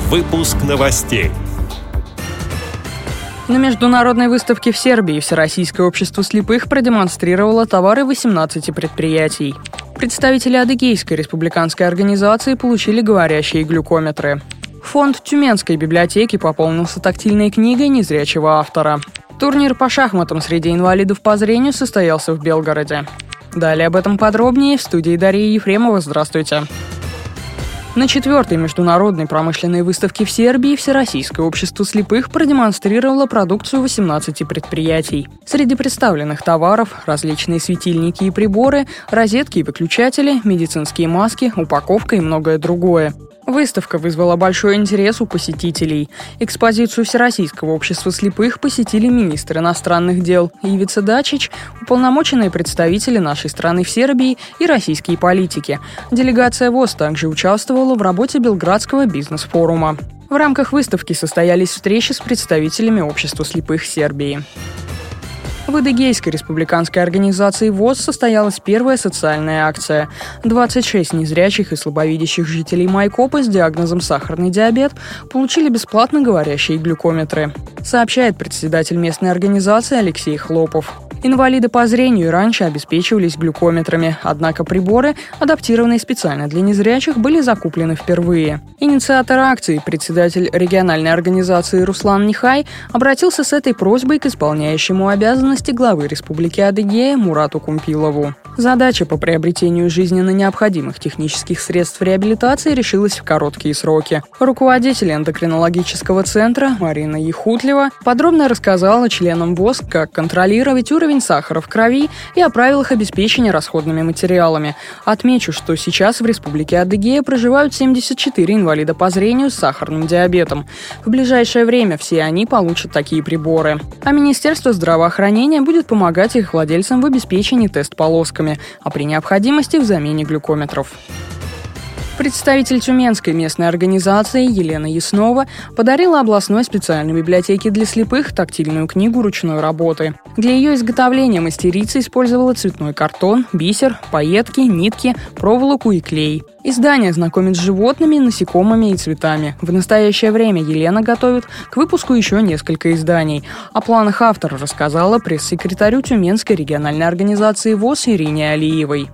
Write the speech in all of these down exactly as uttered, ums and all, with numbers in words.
Выпуск новостей. На международной выставке в Сербии Всероссийское общество слепых продемонстрировало товары восемнадцати предприятий. Представители Адыгейской республиканской организации получили говорящие глюкометры. Фонд Тюменской библиотеки пополнился тактильной книгой незрячего автора. Турнир по шахматам среди инвалидов по зрению состоялся в Белгороде. Далее об этом подробнее в студии Дарья Ефремова. Здравствуйте. На четвертой международной промышленной выставке в Сербии Всероссийское общество слепых продемонстрировало продукцию восемнадцати предприятий. Среди представленных товаров – различные светильники и приборы, розетки и выключатели, медицинские маски, упаковка и многое другое. Выставка вызвала большой интерес у посетителей. Экспозицию Всероссийского общества слепых посетили министр иностранных дел Ивица Дачич, уполномоченные представители нашей страны в Сербии и российские политики. Делегация ВОС также участвовала в работе Белградского бизнес-форума. В рамках выставки состоялись встречи с представителями общества слепых Сербии. В Адыгейской республиканской организации ВОС состоялась первая социальная акция. двадцать шесть незрячих и слабовидящих жителей Майкопа с диагнозом сахарный диабет получили бесплатно говорящие глюкометры, сообщает председатель местной организации Алексей Хлопов. Инвалиды по зрению раньше обеспечивались глюкометрами, однако приборы, адаптированные специально для незрячих, были закуплены впервые. Инициатор акции, председатель региональной организации Руслан Нихай, обратился с этой просьбой к исполняющему обязанности главы Республики Адыгея Мурату Кумпилову. Задача по приобретению жизненно необходимых технических средств реабилитации решилась в короткие сроки. Руководитель эндокринологического центра Марина Ехутлева подробно рассказала членам ВОС, как контролировать уровень сахара в крови и о правилах обеспечения расходными материалами. Отмечу, что сейчас в Республике Адыгея проживают семьдесят четыре инвалида по зрению с сахарным диабетом. В ближайшее время все они получат такие приборы. А Министерство здравоохранения будет помогать их владельцам в обеспечении тест-полосками, а при необходимости в замене глюкометров. Представитель Тюменской местной организации Елена Яснова подарила областной специальной библиотеке для слепых тактильную книгу ручной работы. Для ее изготовления мастерица использовала цветной картон, бисер, пайетки, нитки, проволоку и клей. Издание знакомит с животными, насекомыми и цветами. В настоящее время Елена готовит к выпуску еще несколько изданий. О планах автора рассказала пресс-секретарю Тюменской региональной организации ВОС Ирине Алиевой.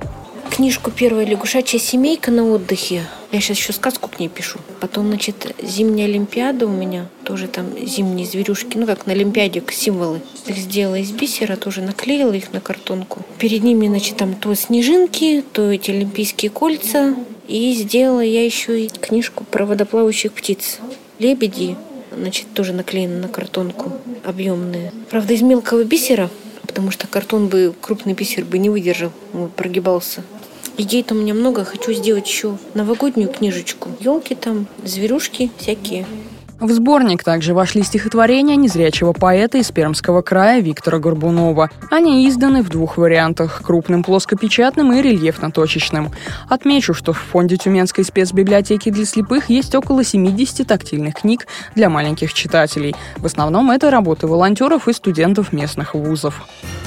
Книжку «Первая лягушачья семейка» на отдыхе. Я сейчас еще сказку к ней пишу. Потом, значит, зимняя олимпиада у меня. Тоже там зимние зверюшки. Ну, как на олимпиаде, символы. Их сделала из бисера, тоже наклеила их на картонку. Перед ними, значит, там то снежинки, то эти олимпийские кольца. И сделала я еще и книжку про водоплавающих птиц. Лебеди, значит, тоже наклеены на картонку. Объемные. Правда, из мелкого бисера, потому что картон бы, крупный бисер бы не выдержал. Он прогибался. Идей-то у меня много. Хочу сделать еще новогоднюю книжечку. Елки там, зверюшки всякие. В сборник также вошли стихотворения незрячего поэта из Пермского края Виктора Горбунова. Они изданы в двух вариантах – крупным плоскопечатным и рельефно-точечным. Отмечу, что в фонде Тюменской спецбиблиотеки для слепых есть около семидесяти тактильных книг для маленьких читателей. В основном это работы волонтеров и студентов местных вузов.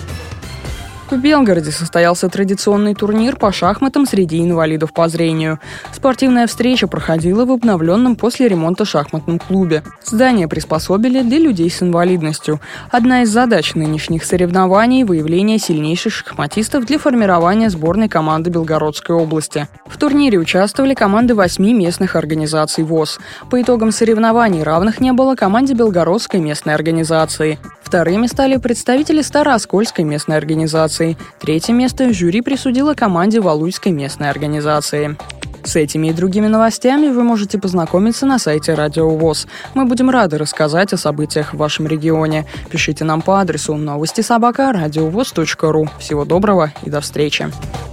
В Белгороде состоялся традиционный турнир по шахматам среди инвалидов по зрению. Спортивная встреча проходила в обновленном после ремонта шахматном клубе. Здание приспособили для людей с инвалидностью. Одна из задач нынешних соревнований – выявление сильнейших шахматистов для формирования сборной команды Белгородской области. В турнире участвовали команды восьми местных организаций ВОС. По итогам соревнований равных не было команде Белгородской местной организации. Вторыми стали представители Старооскольской местной организации. Третье место жюри присудило команде Валуйской местной организации. С этими и другими новостями вы можете познакомиться на сайте Радио ВОС. Мы будем рады рассказать о событиях в вашем регионе. Пишите нам по адресу новости собака радиовос точка ру. Всего доброго и до встречи.